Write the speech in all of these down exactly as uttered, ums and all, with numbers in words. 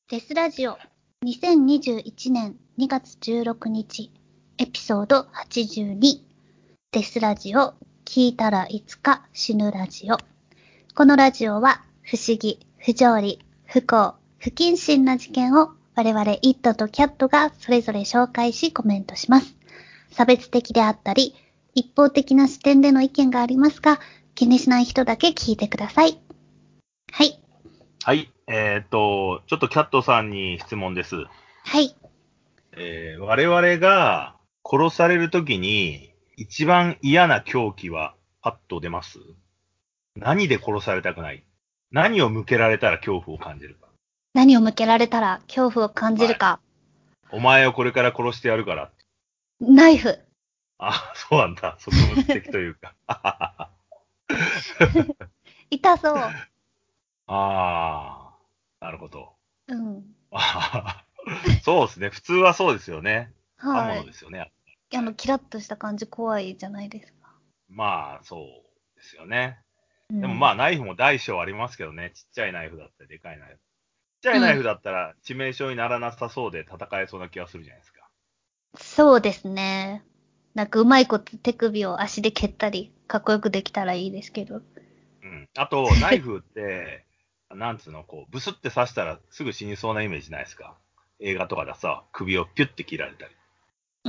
デスラジオにせんにじゅういちねんにがつじゅうろくにちエピソードはちじゅうにデスラジオ聞いたらいつか死ぬラジオ。このラジオは不思議、不条理、不幸、不謹慎な事件を我々イットとキャットがそれぞれ紹介しコメントします。差別的であったり一方的な視点での意見がありますが、気にしない人だけ聞いてください。はい。 はい。えーっと、ちょっとキャットさんに質問です。 はい。 えー我々が殺されるときに一番嫌な凶器はパッと出ます？何で殺されたくない？何を向けられたら恐怖を感じるか？ 何を向けられたら恐怖を感じるか。 はい、お前をこれから殺してやるから。 ナイフ。 あ、そうなんだ。植物的というか。 痛そう。 あー、なるほど。 うん。 そうですね。普通はそうですよね。刃はい。 物ですよね。 あの、 はい、 キラッとした感じ怖いじゃないですか。 まあ、そうですよね。 うん。 でもまあナイフも大小ありますけどね。ちっちゃいナイフだったり、でかいナイフ。ちっちゃいうん。 ナイフだったら致命傷にならなさそうで戦えそうな気がするじゃないですか。 そうですね。なんかうまいこと手首を足で蹴ったり、かっこよくできたらいいですけど。 うん。あと、ナイフって、なんつうの、こう、ブスって刺したらすぐ死にそうなイメージないですか。映画とかでさ、首をピュッて切られたり。 うん。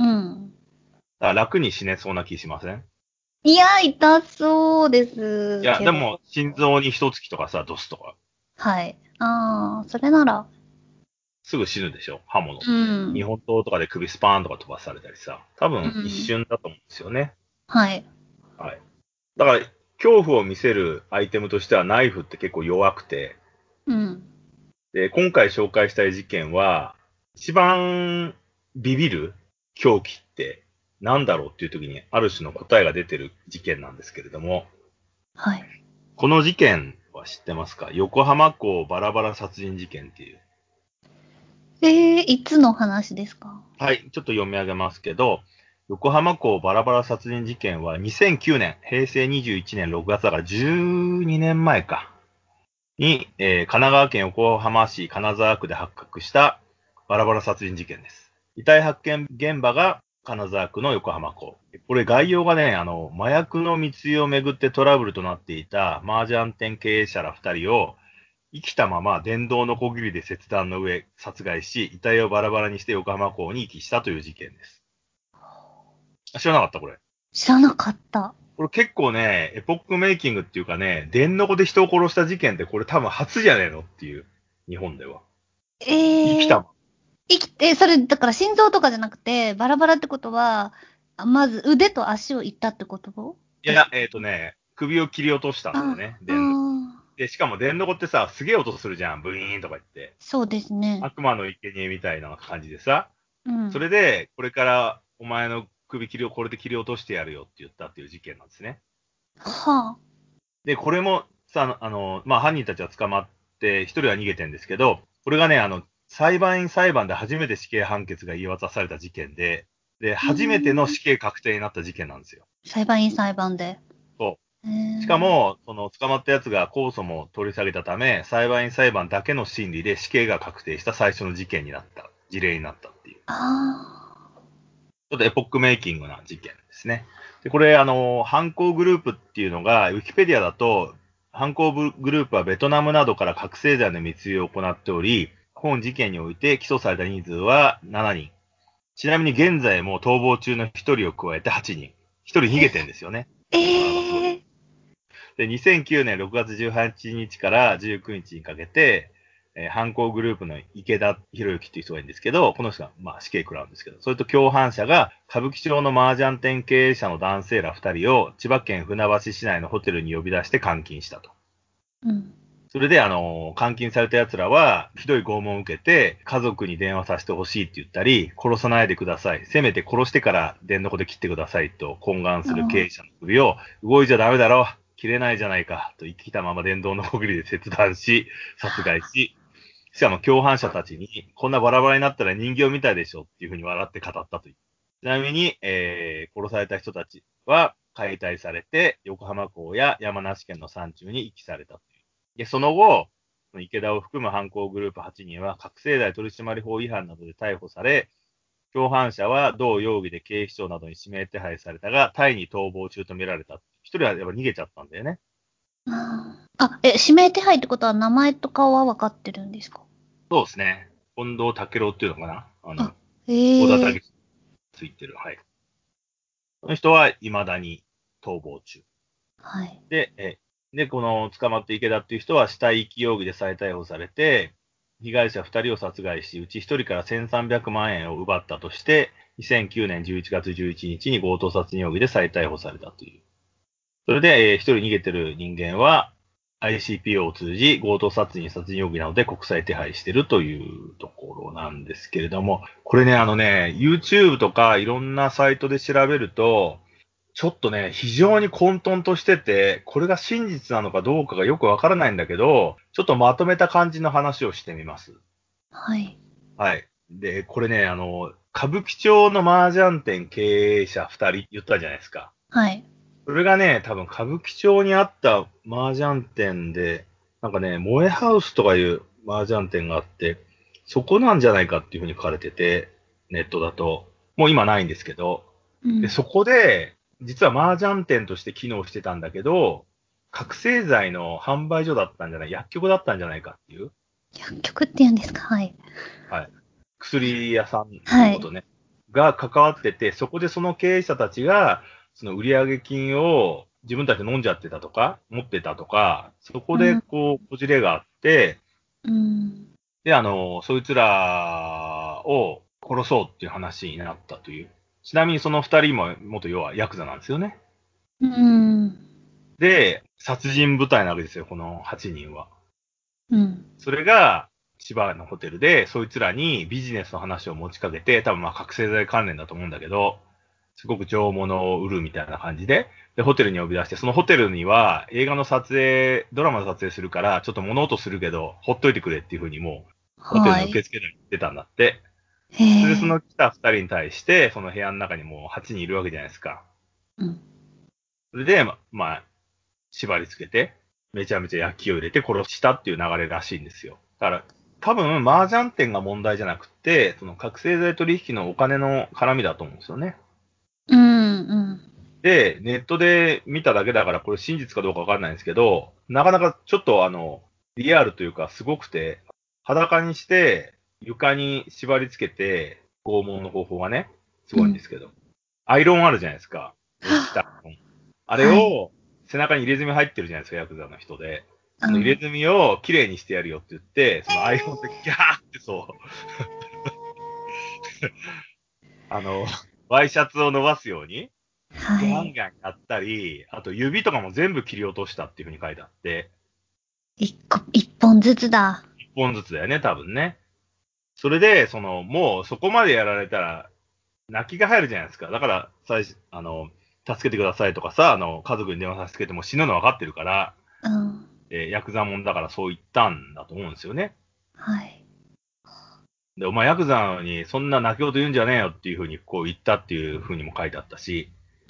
だから楽に死ねそうな気しません？ いや、痛そうでいや、 すけど。 でも、心臓に一突きとかさ、ドスとか、 はい。ああ、それなら。 すぐ死ぬでしょ、刃物っうて。日ん。 本刀とかで首スパーンとか飛ばされたりさ。多う分一ん。 瞬だと思うんですよね。 はい。 はい。だから、恐怖を見せるアイテムとしてはナイフって結構弱くて、 うん。 で、今回紹介したい事件は、一番ビビる凶器って何だろうっていう時にある種の答えが出てる事件なんですけれども、 はい。 この事件は知ってますか？横浜港バラバラ殺人事件っていう。 えー、いつの話ですか？ はい、ちょっと読み上げますけど、横浜港バラバラ殺人事件はにせんきゅうねん、へいせいにじゅういちねんろくがつだからじゅうにねんまえか。に、えー神奈川県横浜市金沢区で発覚したバラバラ殺人事件です。遺体発見現場が金沢区の横浜港。これ概要がね、あの、麻薬の密輸をめぐってトラブルとなっていた麻雀店経営者らふたりを生きたまま電動のこぎりで切断の上殺害し、遺体をバラバラにして横浜港に遺棄したという事件です。知らなかったこれ。 知らなかった。 これ結構ね、エポックメイキングっていうかね、電の子で人を殺した事件ってこれ多分初じゃねえのっていう、日本では。生きえー、 たま。 生きて、それ、だから心臓とかじゃなくて、バラバラってことは、あまず腕と足をいったってことですか？ いや、えっ、とね、首を切り落としたんだよあ、 ね、 あ電の子。 あ、 で、しかも電の子ってさ、すげえ音するじゃん、ブイーンとか言って。 そうですね。 悪魔の生贄みたいな感じでさ。 うん。 それで、これからお前の首切りをこれで切り落としてやるよって言ったっていう事件なんですね。 はあ。 で、これもさ、あの、まあ、犯人たちは捕まって、一人は逃げてんですけど、これがね、あの、裁判員裁判で初めて死刑判決が言い渡された事件で、で、 う初めてのーん。 死刑確定になった事件なんですよ。 裁判員裁判で。 そう。しかえー、 も、その捕まったやつが控訴も取り下げたため、裁判員裁判だけの審理で死刑が確定した最初の事件になった、事例になったっていう。 あちょっとエポックメイキングな事件ですね。で、これ、あの、犯行グループっていうのが、ウィキペディアだと、犯行グループはベトナムなどから覚醒剤の密輸を行っており、本事件において起訴された人数はしちにん。ちなみに現在も逃亡中のひとりを加えてはちにん。ひとり逃げてんですよね。 ー。 これがすごい。 えー。 で、にせんきゅうねんろくがつじゅうはちにちからじゅうくにちにかけて、えー犯行グループの池田博之っていう人がいるんですけど、この人が、まあ、死刑食らうんですけど、それと共犯者が、歌舞伎町の麻雀店経営者の男性らふたりを、千葉県船橋市内のホテルに呼び出して監禁したと。 うん。 それで、あのー監禁された奴らは、ひどい拷問を受けて、家族に電話させてほしいって言ったり、殺さないでください。せめて殺してから電の子で切ってくださいと懇願する経営者の首を、動いちゃダメだろ、切れないじゃないか、と生きたまま電動のこぎりで切断し、殺害し、しかも共犯者たちに、こんなバラバラになったら人形みたいでしょっていうふうに笑って語ったという。ちなみに、えー、殺された人たちは解体されて、横浜港や山梨県の山中に遺棄されたという。で、その後、 その池田を含む犯行グループはちにんは覚醒剤取締法違反などで逮捕され、共犯者は同容疑で警視庁などに指名手配されたが、タイに逃亡中とみられた。一人はやっぱ逃げちゃったんだよね。 あ、え、指名手配ってことは名前と顔は分かってるんですか？ そうですね。近藤武郎っていうのかなあの、 あ、へ小田え。 武ついてる。はい。この人は未だに逃亡中。 はい。 で、え、で、この捕まって池田っていう人は死体遺棄容疑で再逮捕されて、被害者ふたりを殺害し、うちひとりからせんさんびゃくまんえんを奪ったとして、にせんきゅうねんじゅういちがつじゅういちにちに強盗殺人容疑で再逮捕されたという。それで、えー、ひとり逃げてる人間は、アイシーピーオー を通じ、強盗殺人、殺人容疑などで国際手配してるというところなんですけれども、これね、あのね、YouTube とかいろんなサイトで調べると、ちょっとね、非常に混沌としてて、これが真実なのかどうかがよくわからないんだけど、ちょっとまとめた感じの話をしてみます。 はい。 はい。で、これね、あの、歌舞伎町の麻雀店経営者ふたり言ったじゃないですか。 はい。 それがね、多分歌舞伎町にあった麻雀店で、なんかね、萌えハウスとかいう麻雀店があって、そこなんじゃないかっていうふうに書かれてて、ネットだと。もう今ないんですけど。で、 うん。 そこで、実は麻雀店として機能してたんだけど、覚醒剤の販売所だったんじゃない、薬局だったんじゃないかっていう。 薬局って言うんですか？はい。 はい。薬屋さんっていはい。 うことね。が関わってて、そこでその経営者たちが、その売上金を自分たちで飲んじゃってたとか、持ってたとか、そこでうん。 こう、こじれがあって、 うん。 で、あの、そいつらを殺そうっていう話になったという。ちなみにその二人も元要はヤクザなんですよね。 うん。 で、殺人部隊なわけですよ、このはちにんは。 うん。 それが、千葉のホテルで、そいつらにビジネスの話を持ちかけて、多分まあ覚醒剤関連だと思うんだけど、すごく上物を売るみたいな感じで、で、ホテルに呼び出して、そのホテルには映画の撮影、ドラマの撮影するから、ちょっと物音するけど、ほっといてくれっていうふうにもう、ホテルはい。 の受付で言ってたんだって。 へそれで、そえ。 の来たふたりに対して、その部屋の中にもうはちにんいるわけじゃないですか。 うん。 それで、ま、まあ、縛り付けて、めちゃめちゃ焼きを入れて殺したっていう流れらしいんですよ。だから、多分、麻雀店が問題じゃなくて、その覚醒剤取引のお金の絡みだと思うんですよね。 うん。うん。 で、ネットで見ただけだから、これ真実かどうかわかんないんですけど、なかなかちょっとあの、リアルというかすごくて、裸にして、床に縛り付けて、拷問の方法がね、すうん。 ごいんですけど。アイロンあるじゃないですか。落ちたアイロン。あれはい。 を、背中に入れ墨入ってるじゃないですか、ヤクザの人で。その入れうん。 墨をきれいにしてやるよって言って、そのアイロンでギャーってそう、あの、ワイシャツを伸ばすように、ガンはい。 ガンやったり、あと指とかも全部切り落としたっていう風に書いてあって、 一個、一本ずつだ。 一本ずつだよね、多分ね。それで、その、もうそこまでやられたら、泣きが入るじゃないですか。だから、最初、あの、助けてくださいとかさ、あの、家族に電話させても死ぬの分かってるから、 うん。 えーヤクザもんだからそう言ったんだと思うんですよね。 はい。 で、お前ヤクザにそんな泣き言言うんじゃねえよっていう風にこう言ったっていう風にも書いてあったし、 うん。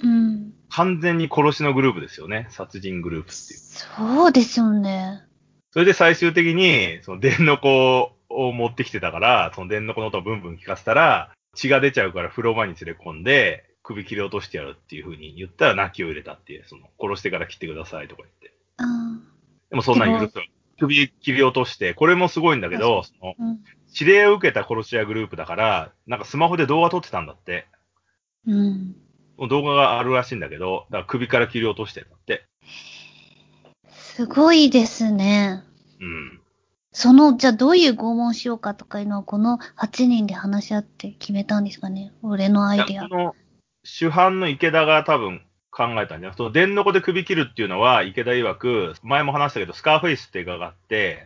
完全に殺しのグループですよね。殺人グループっていう。 そうですよね。 それで最終的に、その電の子を持ってきてたから、その電の子の音をブンブン聞かせたら、血が出ちゃうから風呂場に連れ込んで、首切り落としてやるっていう風に言ったら泣きを入れたっていう、その、殺してから切ってくださいとか言って。 うん。 でもそんでも、 なん許すわ。首切り落として、これもすごいんだけ確かど、その、 に。うん。 指令を受けた殺し屋グループだから、なんかスマホで動画撮ってたんだって。 うん。 動画があるらしいんだけど、だから首から切り落としてんだって。 すごいですね。 うん。 その、じゃあどういう拷問しようかとかいうのはこのはちにんで話し合って決めたんですかね？俺のアいや、 イデア。 この主犯の池田が多分考えたんじゃない。その電の子で首切るっていうのは池田曰く、前も話したけど、スカーフェイスって映画があって、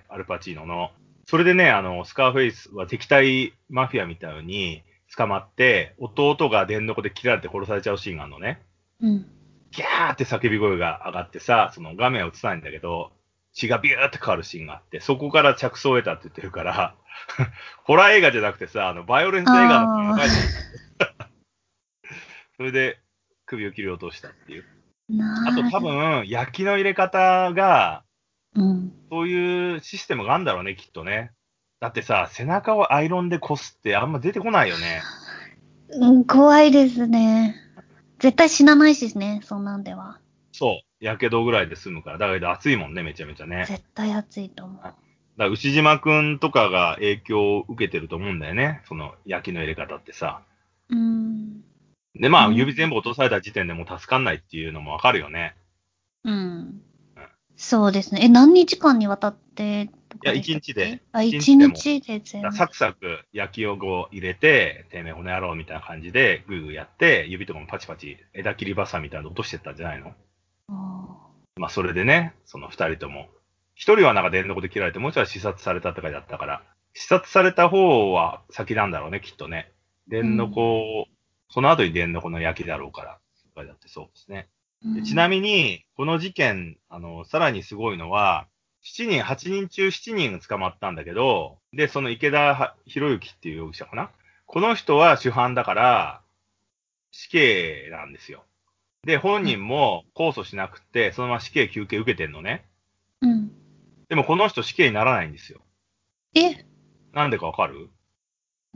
アルパチーノの。それでね、あの、スカーフェイスは敵対マフィアみたいに捕まって、弟が電の子で切られて殺されちゃうシーンがあるのね。 うん。 ギャーって叫び声が上がってさ、その画面は映さないんだけど、血がビューって変わるシーンがあって、そこから着想を得たって言ってるから、ホラー映画じゃなくてさ、あの、バイオレンス映画の方がやあばいじゃん。それで首を切り落としたっていう。 ー、 あと多なる。 分、焼きの入れ方が、 うん。 そういうシステムがあるんだろうね、きっとね。だってさ、背中をアイロンでこすってあんま出てこないよね。 うん、怖いですね。絶対死なないしですね、そんなんでは。 そう。やけどぐらいで済むから。だけど暑いもんね、めちゃめちゃね。 絶対熱いと思だから牛島くんとかが影響を受けてると思うんだよね。その焼きの入れ方ってさ。 う。うん。 で、まあ、 うん。 指全部落とされた時点でもう助かんないっていうのもわかるよね。 うん。 うん、いそうですね。え、何日間にわたってとや、 かでしたっ一日で、 け？あ、 一一日でも、 日で全部。 サクサク焼きをこう入れて、てめえ骨野郎みたいな感じで、ぐいぐいやって、指とかもパチパチ、枝切りバサミみたいなの落としてったんじゃないの？ あー。 まあ、それでね、その二人とも。一人はなんか電の子で切られて、もう一人は刺殺されたって書いてあったから、刺殺された方は先なんだろうね、きっとね。電のうん。 子、その後に電の子の焼きだろうから、書いてあってそうですね。でちなうん。 みに、この事件、あの、さらにすごいのは、しちにん、はちにん中しちにんが捕まったんだけど、で、その池田博之っていう容疑者かな。この人は主犯だから、死刑なんですよ。で、本はい。 人も控訴しなくて、そのまま死刑求刑受けてんのね。 うん。 でもこの人死刑にならないんですよ。 え、 なんでかわかる？ うん。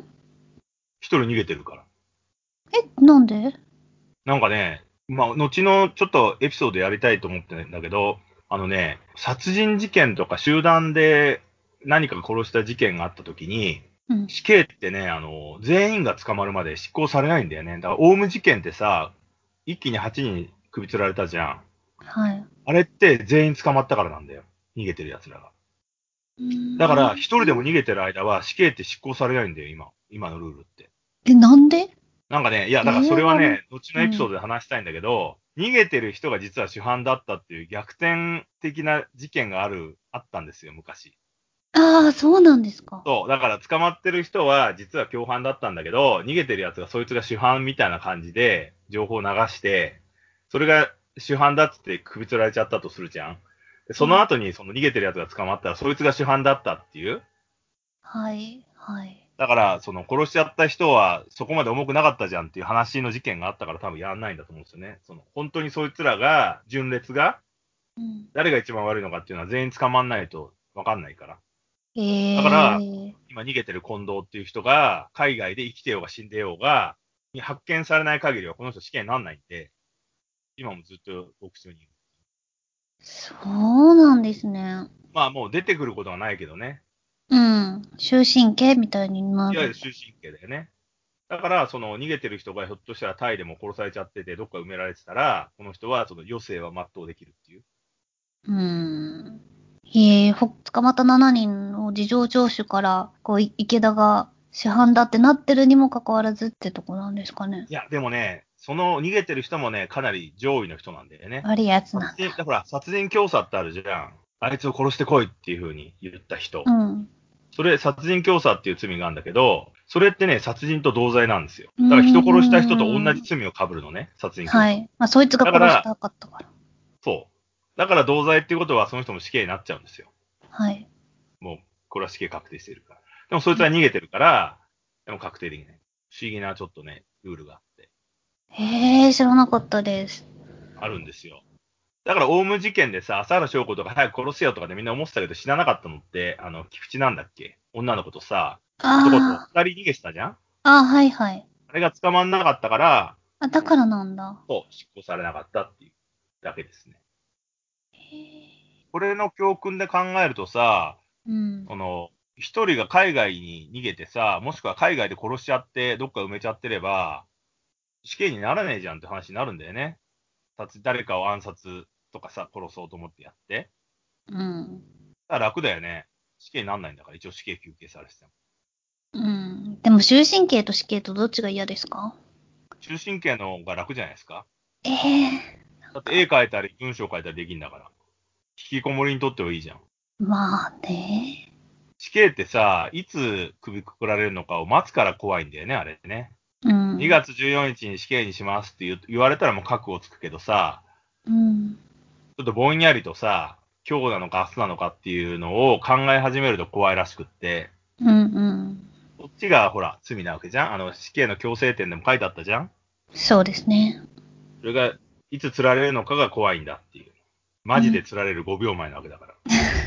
一人逃げてるから。 え、なんで？ なんかね、まあ、後のちょっとエピソードやりたいと思ってるんだけど、あのね、殺人事件とか集団で何か殺した事件があった時に、 うん。 死刑ってね、あの、全員が捕まるまで執行されないんだよね。だから、オウム事件ってさ、一気にはちにん首吊られたじゃん。 はい。 あれって全員捕まったからなんだよ。逃げてる奴らが。 うーだから、 ん。 一人でも逃げてる間は死刑って執行されないんだよ、今。今のルールって。 え、なんで？ なんかね、いや、だからそ理由がな、 れはね、後のエピソーうん。 ドで話したいんだけど、逃げてる人が実は主犯だったっていう逆転的な事件がある、あったんですよ、昔。 ああ、そうなんですか。 そう。だから捕まってる人は実は共犯だったんだけど、逃げてるやつがそいつが主犯みたいな感じで情報を流して、それが主犯だっつって首吊られちゃったとするじゃん。でそのうん。 後にその逃げてるやつが捕まったら、そいつが主犯だったっていう。 はい、はい。 だから、その殺しちゃった人はそこまで重くなかったじゃんっていう話の事件があったから多分やんないんだと思うんですよね。その本当にそいつらが、純烈が、 うん。 誰が一番悪いのかっていうのは全員捕まんないとわかんないから。だから、 ええ。 今逃げてる近藤っていう人が、海外で生きてようが死んでようが、に発見されない限りはこの人死刑にならないんで、今もずっと獄中にいる。 そうなんですね。 まあもう出てくることはないけどね。 うん。終身刑みたいになる。 いわゆる終身刑だよね。だから、その逃げてる人がひょっとしたらタイでも殺されちゃってて、どっか埋められてたら、この人はその余生は全うできるっていう。 うん。へえ、ほ、捕まったしちにんの事情聴取から、こう、い池田が主犯だってなってるにもかかわらずってとこなんですかね。 いや、でもね、その逃げてる人もね、かなり上位の人なんだよね。 悪いやつなん殺人、だだ。 から殺人教唆ってあるじゃん。あいつを殺してこいっていう風に言った人。 うん。 それ、殺人教唆っていう罪があるんだけど、それってね、殺人と同罪なんですよ。 うーだから人殺した人と同じん。 罪を被るのね、殺人教唆。 はい。まあ、そいつがだから、 殺したかったから。 そう。だから同罪っていうことは、その人も死刑になっちゃうんですよ。 はい。 もう、これは死刑確定してるから。でもそいつは逃げてるから、でも確定できない。不思議なちょっとね、ルールがあって、 へえ、知らなかったです。 あるんですよ。だから、オウム事件でさ、朝原翔子とか早く殺せよとかでみんな思ってたけど、知らなかったのって、あの、菊池なんだっけ？女の子とさ、男とあ二人逃げしたじゃん？ あ、あ、はいはい。 あれが捕まんなかったから、 あ、だからなんだ。 そう、執行されなかったっていうだけですね。 へえ。 これの教訓で考えるとさ、 うん。 この、一人が海外に逃げてさ、もしくは海外で殺しちゃって、どっか埋めちゃってれば、死刑にならねえじゃんって話になるんだよね。殺誰かを暗殺とかさ、殺そうと思ってやって。 うん。 だから楽だよね。死刑になんないんだから、一応死刑求刑されてても。 うん。でも終身刑と死刑とどっちが嫌ですか？ 終身刑の方が楽じゃないですか。 ええ。なんだって絵か、 描いたり文章書いたりできんだから。引きこもりにとってはいいじゃん。 まあね。 死刑ってさ、いつ首くくられるのかを待つから怖いんだよね、あれね。2 うん。 月じゅうよっかに死刑にしますって言う言われたらもう覚悟つくけどさ、 うん。 ちょっとぼんやりとさ、今日なのか明日なのかっていうのを考え始めると怖いらしくって、 うんうん。 こっちがほら罪なわけじゃん。あの死刑の強制点でも書いてあったじゃん。 そうですね。 それがいつ釣られるのかが怖いんだっていう。 マジで釣られるごびょうまえなわけだから。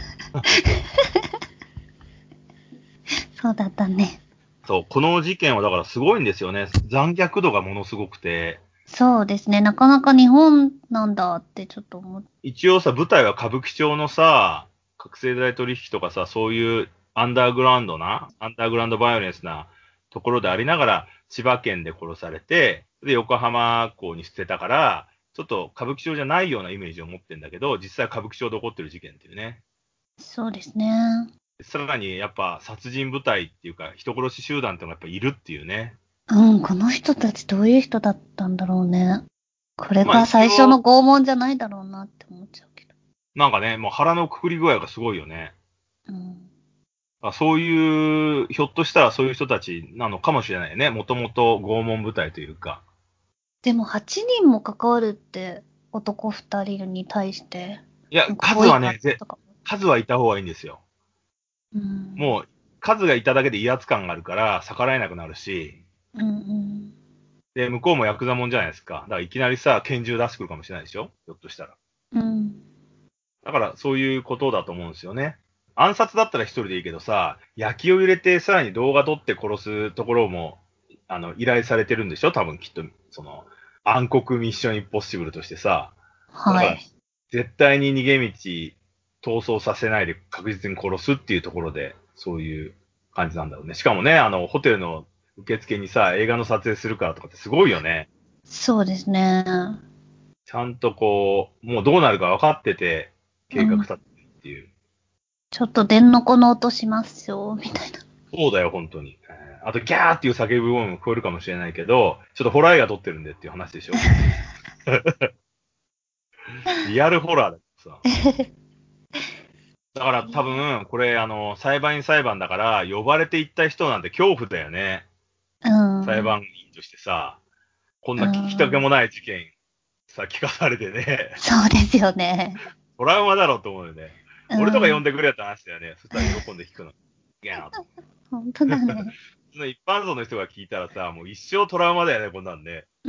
そうだったね。 そう、この事件はだからすごいんですよね。残虐度がものすごくて。 そうですね。なかなか日本なんだってちょっと思って。 一応さ、舞台は歌舞伎町のさ、覚醒剤取引とかさ、そういうアンダーグラウンドな、アンダーグラウンドバイオレンスなところでありながら、千葉県で殺されて、で、横浜港に捨てたから、ちょっと歌舞伎町じゃないようなイメージを持ってんだけど、実際歌舞伎町で起こってる事件っていうね。 そうですね。 さらにやっぱ殺人部隊っていうか、人殺し集団ってのがやっぱいるっていうね。 うん、この人たちどういう人だったんだろうね。これまあが最初の一応、 拷問じゃないだろうなって思っちゃうけど。 なんかね、もう腹のくくり具合がすごいよね。 うん。 あ、そういう、ひょっとしたらそういう人たちなのかもしれないね。もともと拷問部隊というか。 でもはちにんも関わるって男ふたりに対して、 いや、 なんか多いな数はね、ぜ、 とか。 数はいた方がいいんですよ。 うん。 もう、数がいただけで威圧感があるから、逆らえなくなるし、 うんうん。 で、向こうもヤクザもんじゃないですか。だからいきなりさ、拳銃出してくるかもしれないでしょひょっとしたら。 うん。 だからそういうことだと思うんですよね。暗殺だったら一人でいいけどさ、焼きを入れてさらに動画撮って殺すところも、あの、依頼されてるんでしょ多分きっと、その、暗黒ミッションインポッシブルとしてさ。だから、 はい。 絶対に逃げ道、逃走させないで確実に殺すっていうところで、そういう感じなんだろうね。しかもね、あの、ホテルの受付にさ、映画の撮影するからとかってすごいよね。 そうですね。 ちゃんとこう、もうどうなるか分かってて、計画うん。 立ててるっていう。 ちょっと電のこの音しますよ、みたいな。 そうだよ、本当に。えーあと、ギャーっていう叫ぶ声も聞こえるかもしれないけど、ちょっとホラー映画撮ってるんでっていう話でしょリアルホラーだけどさ。だから多分、これ、あの、裁判員裁判だから、呼ばれて行った人なんて恐怖だよね。 うん。 裁判員としてさ、こんうな聞きたくん。 もない事件、さ、聞かされてね、 そうですよね。 トラウマだろうと思うよね。 う俺とか呼んん。 でくれよって話だよね。そしたら喜んで聞くの。ギャーと。 本当だね。 その一般層の人が聞いたらさ、もう一生トラウマだよね、こんなんね。 うん。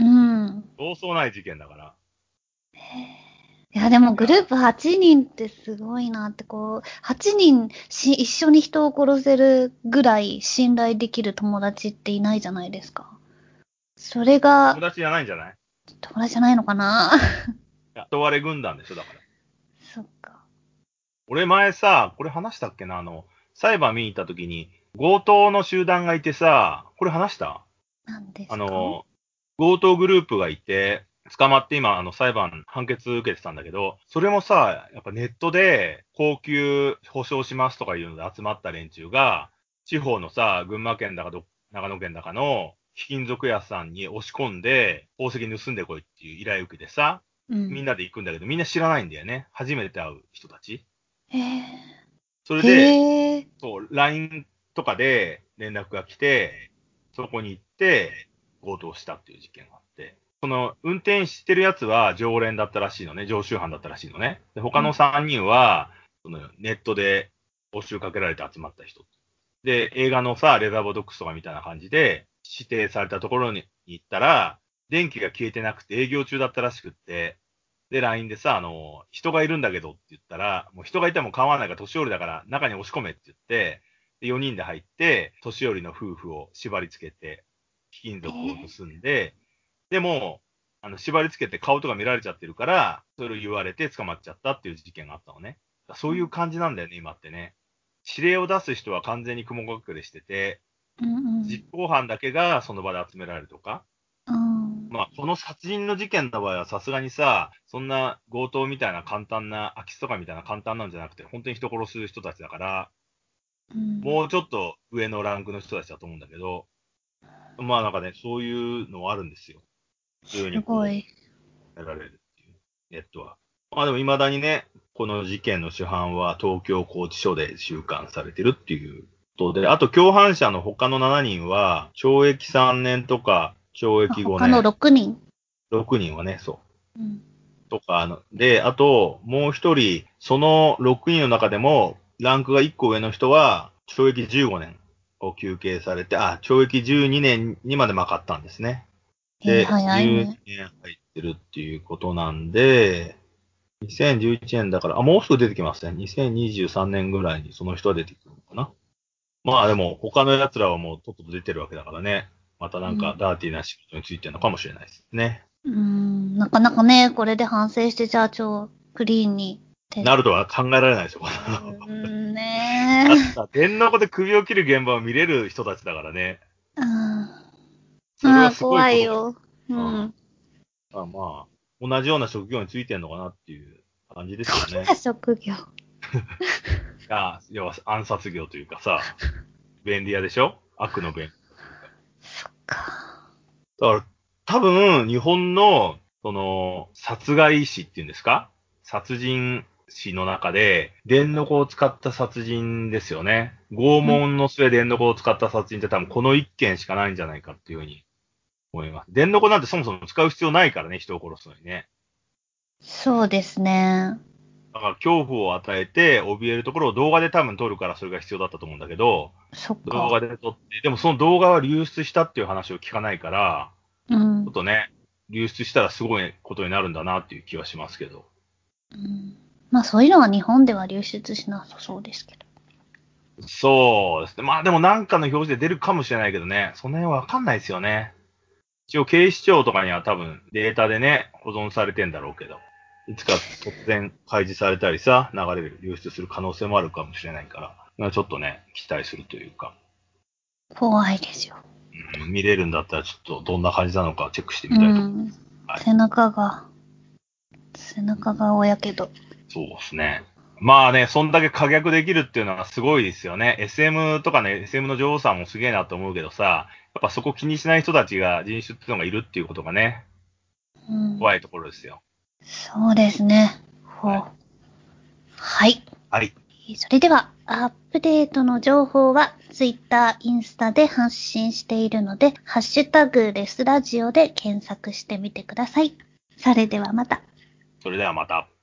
そうそうない事件だから。 いや、でもいや、 グループはちにんってすごいなって、こう、はちにんし一緒に人を殺せるぐらい信頼できる友達っていないじゃないですか。それが友達じゃないんじゃない？ 友達じゃないのかな。 いや、雇われ軍団でしょ、だから。 そっか。 俺前さ、これ話したっけな、あの、裁判見に行った時に、強盗の集団がいてさ、これ話したなんですか？ あの、強盗グループがいて、捕まって今、あの、裁判、判決受けてたんだけど、それもさ、やっぱネットで、高級保証しますとかいうので集まった連中が、地方のさ、群馬県だかど、長野県だかの貴金属屋さんに押し込んで、宝石盗んでこいっていう依頼受けてさ、 うん。 みんなで行くんだけど、みんな知らないんだよね。初めて会う人たち。 へえ。 それで、 へえ。 そう、ライン とかで連絡が来て、そこに行って強盗したっていう事件があって、その運転してるやつは常連だったらしいのね、常習犯だったらしいのね。で、他のうん。 さんにんは、そのネットで募集かけられて集まった人。で、映画のさ、レザーボドックスとかみたいな感じで、指定されたところに行ったら、電気が消えてなくて営業中だったらしくって、で、ライン でさ、あの、人がいるんだけどって言ったら、もう人がいても構わないから年寄りだから中に押し込めって言って、で、よにんで入って、年寄りの夫婦を縛り付けて、貴金へ属をえ。 盗んで、でも、あの、縛り付けて顔とか見られちゃってるから、それを言われて捕まっちゃったっていう事件があったのね。そういう感じなんだよね、今ってね。指令を出す人は完全に雲隠れしてて、 うんうん。 実行犯だけがその場で集められるとか、 うん。 まあ、この殺人の事件の場合はさすがにさ、そんな強盗みたいな簡単な、空き巣とかみたいな簡単なんじゃなくて、本当に人殺す人たちだから、 うん。 もうちょっと上のランクの人たちだと思うんだけど、まあなんかね、そういうのはあるんですよ。普通にこすごい。 う、やられるっていう、ネットは。まあでも未だにね、この事件の主犯は東京拘置所で収監されてるっていうことで、あと共犯者の他のしちにんは、懲役さんねんとか、懲役他のごねん、 ろくにん。 ろくにんはね、そう。 うん。 とか、あので、あと、もう一人、そのろくにんの中でも、ランクがいっこ上の人は、懲役じゅうごねんを求刑されて、あ、懲役じゅうにねんにまでまかったんですね。 えー、 で、12 早いね。 年入ってるっていうことなんで、 にせんじゅういちねんだから、あ、もうすぐ出てきますね。にせんにじゅうさんねんぐらいにその人は出てくるのかな。まあでも、他の奴らはもうとっとと出てるわけだからね。またなんかダーティーな仕事についてるのかもしれないですね。 うーん、なかなかね、これで反省して、じゃあ超クリーンに。 なるとは考えられないですよ。 うーん、ねだってさ、電の子で首を切る現場を見れる人たちだからね。 ー。うん。 それはああ、 すごいこと。 怖いよ。ううんん。 あまあ、同じような職業についてんのかなっていう感じですよね。 どんな職業？ あ要は暗殺業というかさ、便利屋でしょ悪の便利。 そっか。 だから、多分、日本の、その、殺害師っていうんですか殺人師の中で、電の子を使った殺人ですよね。拷問の末電の子を使った殺人って多分この一件しかないんじゃないかっていうふうに思います。電の子なんてそもそも使う必要ないからね、人を殺すのにね。 そうですね。 だから恐怖を与えて、怯えるところを動画で多分撮るからそれが必要だったと思うんだけど、 そっ動画か。 で撮って、でもその動画は流出したっていう話を聞かないから、 うん。 ちょっとね、流出したらすごいことになるんだなっていう気はしますけど。 うん、まあそういうのは日本では流出しなさそうですけど。 そうですね。まあでもなんかの表示で出るかもしれないけどね、その辺はわかんないですよね。一応警視庁とかには多分データでね、保存されてんだろうけど、いつか突然開示されたりさ、流れる、流出する可能性もあるかもしれないから、まあちょっとね、期待するというか、 怖いですよ。 うん、見れるんだったらちょっとどんな感じなのかチェックしてうみたいと思います。 ん。 はい、 背中が、背中が青やけど。 そうですね。まあね、そんだけ可逆できるっていうのはすごいですよね。エスエム とかね、エスエム の女王さんもすげえなと思うけどさ、やっぱそこ気にしない人たちが人種っていうのがいるっていうことがね、 うん。 怖いところですよ。 そうですね。ほう。 はい。 はい。 はい。 それでは、アップデートの情報は Twitter、インスタで発信しているので、ハッシュタグレスラジオで検索してみてください。それではまた。 それではまた。